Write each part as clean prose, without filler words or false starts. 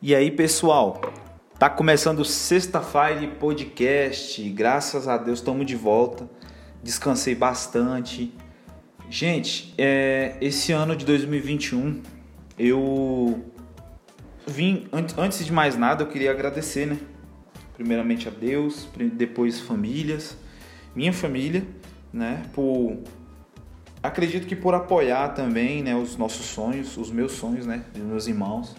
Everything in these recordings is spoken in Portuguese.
E aí, pessoal, tá começando o Sexta-feira Podcast. Graças a Deus estamos de volta. Descansei bastante. Gente, esse ano de 2021 eu vim, antes de mais nada, eu queria agradecer, né? Primeiramente a Deus, depois famílias, minha família, né? Acredito que por apoiar também, né, os nossos sonhos, os meus sonhos, né, dos meus irmãos.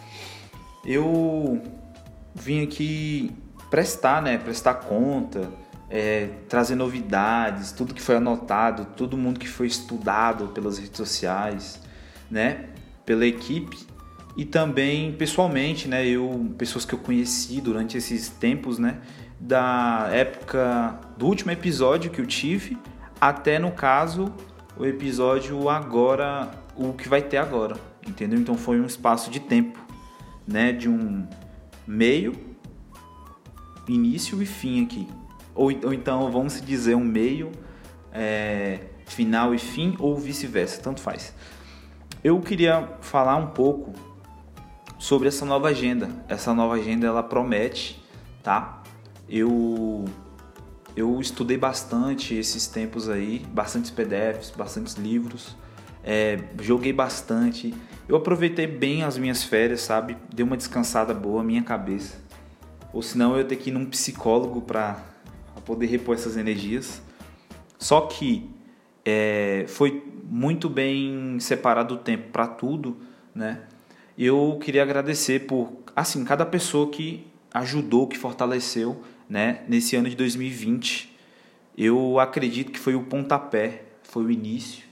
Eu vim aqui prestar conta, trazer novidades, tudo que foi anotado, todo mundo que foi estudado pelas redes sociais, né, pela equipe e também pessoalmente, né, pessoas que eu conheci durante esses tempos, né, da época do último episódio que eu tive até, no caso, o episódio agora, o que vai ter agora, entendeu? Então foi um espaço de tempo, né, de um meio, início e fim aqui. Ou então vamos dizer um meio, final e fim, ou vice-versa, tanto faz. Eu queria falar um pouco sobre essa nova agenda. Essa nova agenda, ela promete, tá? Eu estudei bastante esses tempos aí, bastantes PDFs, bastantes livros, joguei bastante. Eu aproveitei bem as minhas férias, sabe? Dei uma descansada boa, minha cabeça. Ou senão eu ia ter que ir num psicólogo para poder repor essas energias. Só que foi muito bem separado o tempo para tudo, né? Eu queria agradecer por, assim, cada pessoa que ajudou, que fortaleceu, né, nesse ano de 2020. Eu acredito que foi o pontapé, foi o início.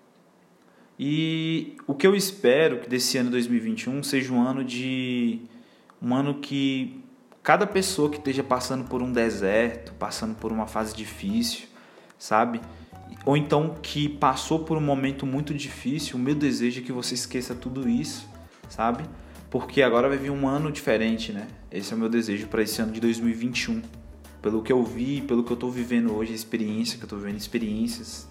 E o que eu espero que desse ano 2021 seja um ano que cada pessoa que esteja passando por um deserto, passando por uma fase difícil, sabe? Ou então que passou por um momento muito difícil, o meu desejo é que você esqueça tudo isso, sabe? Porque agora vai vir um ano diferente, né? Esse é o meu desejo para esse ano de 2021. Pelo que eu vi, pelo que eu estou vivendo hoje, experiências.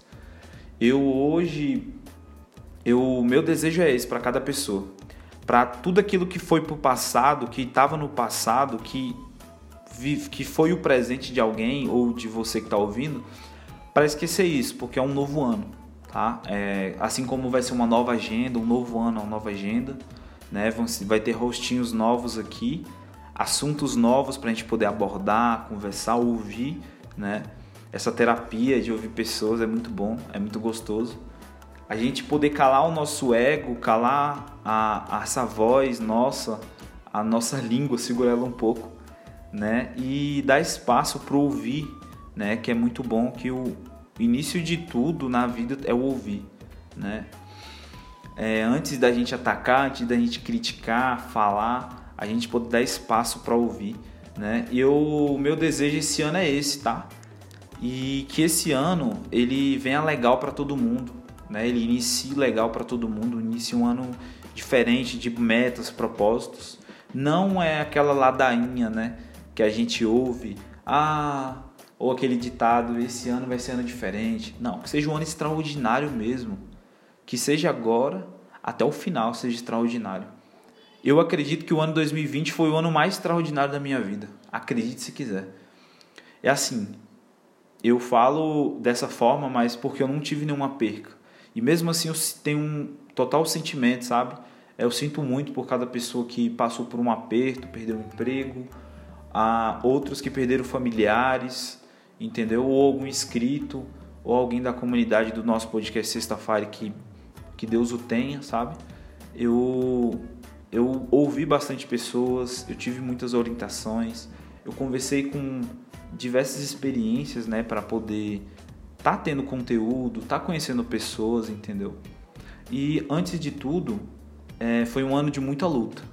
Meu desejo é esse para cada pessoa. Para tudo aquilo que foi pro passado, que estava no passado, que foi o presente de alguém ou de você que está ouvindo, para esquecer isso, porque é um novo ano, tá? Assim como vai ser uma nova agenda, um novo ano, uma nova agenda, né? Vai ter rostinhos novos aqui, assuntos novos para a gente poder abordar, conversar, ouvir, né? Essa terapia de ouvir pessoas é muito bom, é muito gostoso. A gente poder calar o nosso ego, calar essa voz nossa, a nossa língua, segurar ela um pouco, né? E dar espaço para ouvir, né? Que é muito bom, que o início de tudo na vida é o ouvir, né? Antes da gente atacar, antes da gente criticar, falar, a gente pode dar espaço para ouvir, né? E o meu desejo esse ano é esse, tá? E que esse ano ele venha legal para todo mundo, né? Ele inicie legal para todo mundo, inicie um ano diferente de metas, propósitos. Não é aquela ladainha, né, que a gente ouve, ou aquele ditado, esse ano vai ser ano diferente. Não, que seja um ano extraordinário mesmo. Que seja agora, até o final, seja extraordinário. Eu acredito que o ano 2020 foi o ano mais extraordinário da minha vida. Acredite se quiser. É assim, eu falo dessa forma, mas porque eu não tive nenhuma perca. E mesmo assim eu tenho um total sentimento, sabe? Eu sinto muito por cada pessoa que passou por um aperto, perdeu um emprego, outros que perderam familiares, entendeu? Ou algum inscrito, ou alguém da comunidade do nosso podcast Sexta-feira que Deus o tenha, sabe? Eu ouvi bastante pessoas, eu tive muitas orientações, eu conversei com diversas experiências, né, para poder tá tendo conteúdo, tá conhecendo pessoas, entendeu? E antes de tudo, foi um ano de muita luta.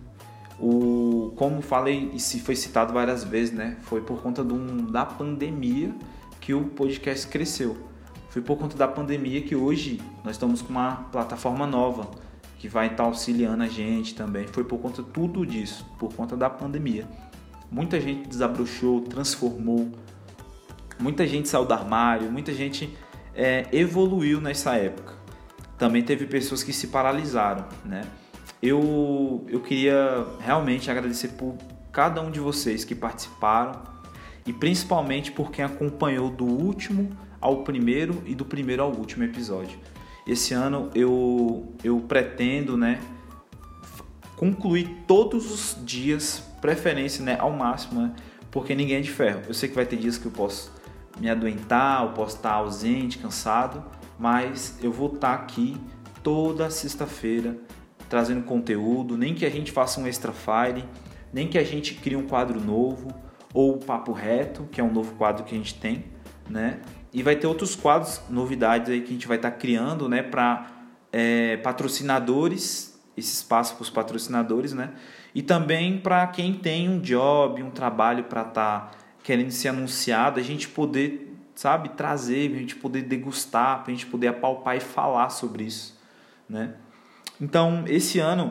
Como falei e se foi citado várias vezes, né? Foi por conta da pandemia que o podcast cresceu. Foi por conta da pandemia que hoje nós estamos com uma plataforma nova que vai estar auxiliando a gente também. Foi por conta de tudo disso, por conta da pandemia. Muita gente desabrochou, transformou. Muita gente saiu do armário, muita gente evoluiu nessa época. Também teve pessoas que se paralisaram, né? eu queria realmente agradecer por cada um de vocês que participaram e principalmente por quem acompanhou do último ao primeiro e do primeiro ao último episódio. Esse ano eu pretendo, né, concluir todos os dias, preferência, né, ao máximo, né, porque ninguém é de ferro. Eu sei que vai ter dias que eu posso me adoentar, eu posso estar ausente, cansado, mas eu vou estar aqui toda sexta-feira trazendo conteúdo, nem que a gente faça um extra file, nem que a gente crie um quadro novo, ou o Papo Reto, que é um novo quadro que a gente tem, né? E vai ter outros quadros, novidades aí que a gente vai estar criando, né, para patrocinadores, esse espaço para os patrocinadores, né? E também para quem tem um job, um trabalho para estar querendo ser anunciado, a gente poder, sabe, trazer, a gente poder degustar, para a gente poder apalpar e falar sobre isso, né? Então, esse ano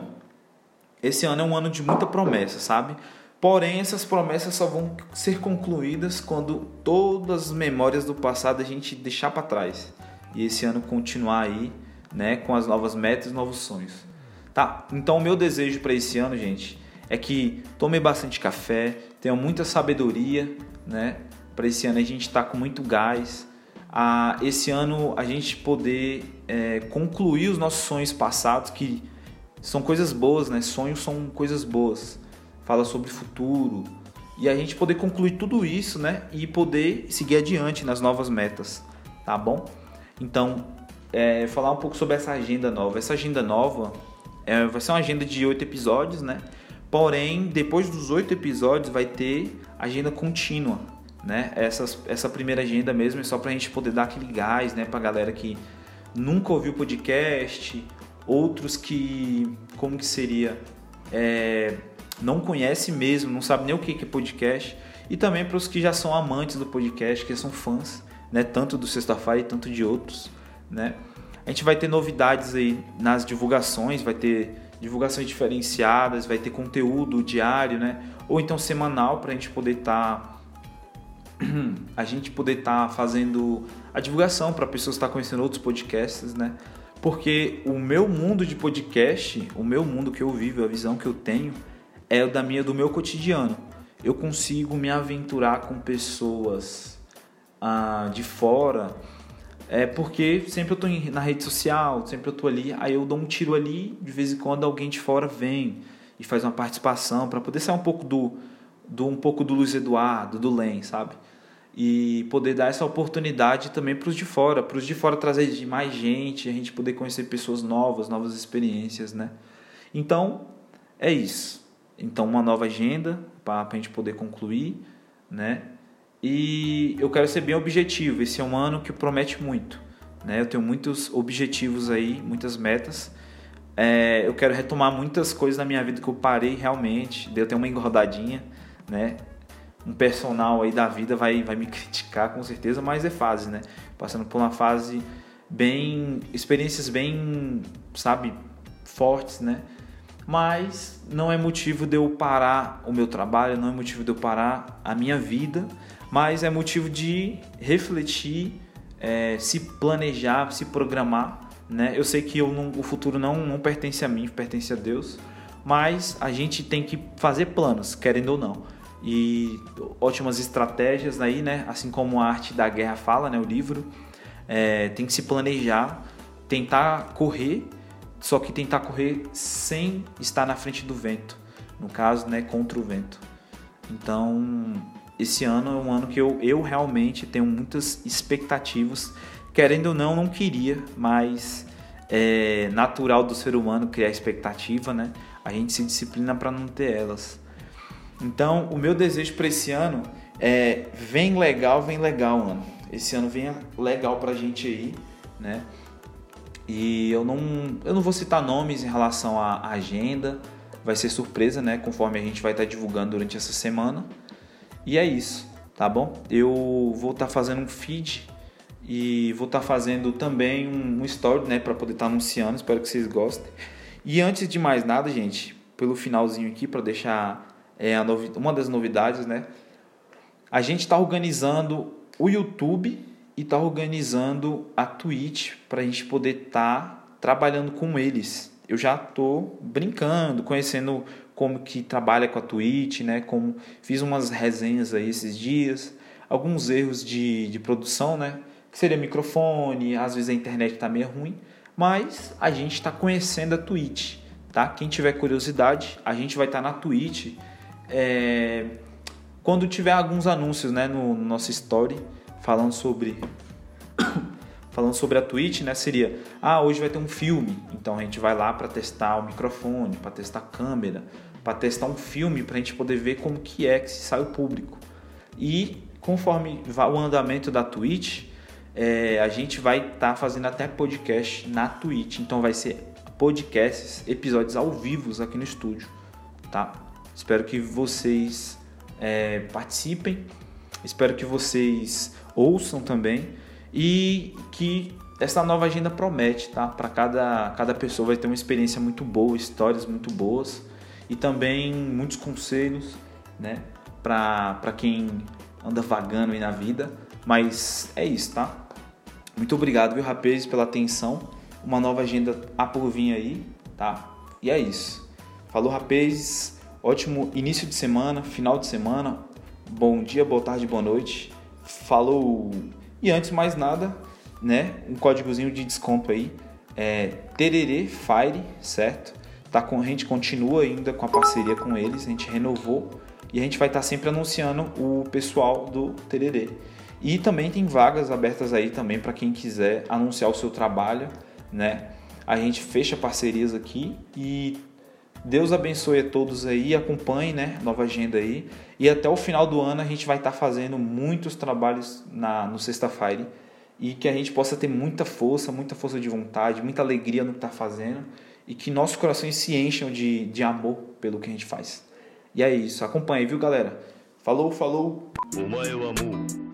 é um ano de muita promessa, sabe? Porém, essas promessas só vão ser concluídas quando todas as memórias do passado a gente deixar para trás. E esse ano continuar aí, né, com as novas metas e novos sonhos. Tá? Então, o meu desejo para esse ano, gente, é que tome bastante café, tenha muita sabedoria, né? Para esse ano a gente estar com muito gás. Esse ano a gente poder concluir os nossos sonhos passados, que são coisas boas, né? Sonhos são coisas boas. Fala sobre futuro. E a gente poder concluir tudo isso, né? E poder seguir adiante nas novas metas. Tá bom? Então, falar um pouco sobre essa agenda nova. Essa agenda nova vai ser uma agenda de 8 episódios, né? Porém, depois dos 8 episódios vai ter agenda contínua, né? Essa primeira agenda mesmo é só pra gente poder dar aquele gás, né? Pra galera que nunca ouviu podcast, outros que, como que seria, não conhece mesmo, não sabe nem o que é podcast, e também para os que já são amantes do podcast, que são fãs, né? Tanto do Sexta-feira e tanto de outros, né? A gente vai ter novidades aí nas divulgações, vai ter divulgações diferenciadas, vai ter conteúdo diário, né? Ou então semanal, para a gente poder estar fazendo a divulgação para pessoas estar conhecendo outros podcasts, né? Porque o meu mundo de podcast, o meu mundo que eu vivo, a visão que eu tenho é do meu cotidiano. Eu consigo me aventurar com pessoas de fora, porque sempre eu estou na rede social, sempre eu estou ali, aí eu dou um tiro ali, de vez em quando alguém de fora vem e faz uma participação para poder sair um pouco do Luiz Eduardo, do Len, sabe? E poder dar essa oportunidade também para os de fora trazer mais gente, a gente poder conhecer pessoas novas experiências, né? Então, é isso. Então, uma nova agenda para a gente poder concluir, né? E eu quero ser bem objetivo. Esse é um ano que promete muito, né? Eu tenho muitos objetivos aí, muitas metas. Eu quero retomar muitas coisas na minha vida que eu parei realmente. Eu tenho uma engordadinha, né? Um personal aí da vida vai me criticar com certeza, mas é fase, né? Passando por uma fase experiências bem, sabe, fortes, né? Mas não é motivo de eu parar o meu trabalho, não é motivo de eu parar a minha vida, mas é motivo de refletir, se planejar, se programar, né? Eu sei que o futuro não pertence a mim, pertence a Deus, mas a gente tem que fazer planos, querendo ou não. E ótimas estratégias aí, né? Assim como a Arte da Guerra fala, né? O livro, tem que se planejar, tentar correr, só que tentar correr sem estar na frente do vento, no caso, né? Contra o vento. Então, esse ano é um ano que eu realmente tenho muitas expectativas, querendo ou não queria, mas é natural do ser humano criar expectativa, né? A gente se disciplina para não ter elas. Então, o meu desejo para esse ano vem legal, ano. Esse ano vem legal pra gente aí, né? E eu não vou citar nomes em relação à agenda, vai ser surpresa, né? Conforme a gente vai estar divulgando durante essa semana. E é isso, tá bom? Eu vou estar fazendo um feed e vou estar fazendo também um story, né? Para poder estar anunciando, espero que vocês gostem. E antes de mais nada, gente, pelo finalzinho aqui, para deixar uma das novidades, né? A gente está organizando o YouTube e está organizando a Twitch para a gente poder estar trabalhando com eles. eu já tô brincando, conhecendo como que trabalha com a Twitch, né? Como fiz umas resenhas aí esses dias, alguns erros de produção, né? Que seria microfone, às vezes a internet tá meio ruim, mas a gente está conhecendo a Twitch, tá? Quem tiver curiosidade, a gente vai estar na Twitch quando tiver alguns anúncios, né, no nosso story falando sobre a Twitch, né? Seria, hoje vai ter um filme, então a gente vai lá para testar o microfone, para testar a câmera, para testar um filme, para a gente poder ver como que se sai o público. E conforme o andamento da Twitch, a gente vai estar fazendo até podcast na Twitch, então vai ser podcasts, episódios ao vivo aqui no estúdio, tá? Espero que vocês participem, espero que vocês ouçam também e que essa nova agenda promete, tá? Para cada pessoa vai ter uma experiência muito boa, histórias muito boas e também muitos conselhos, né? Para quem anda vagando aí na vida, mas é isso, tá? Muito obrigado, viu, rapazes, pela atenção. Uma nova agenda a por vir aí, tá? E é isso. Falou, rapazes. Ótimo início de semana, final de semana. Bom dia, boa tarde, boa noite. Falou. E antes de mais nada, né? Um códigozinho de desconto aí. Tererê Fire, certo? A gente continua ainda com a parceria com eles. A gente renovou. E a gente vai estar sempre anunciando o pessoal do Tererê. E também tem vagas abertas aí também para quem quiser anunciar o seu trabalho, né? A gente fecha parcerias aqui e Deus abençoe a todos aí, acompanhe, né? Nova agenda aí. E até o final do ano a gente vai estar fazendo muitos trabalhos no Sexta-feira e que a gente possa ter muita força de vontade, muita alegria no que está fazendo e que nossos corações se encham de amor pelo que a gente faz. E é isso, acompanhe, viu, galera? Falou!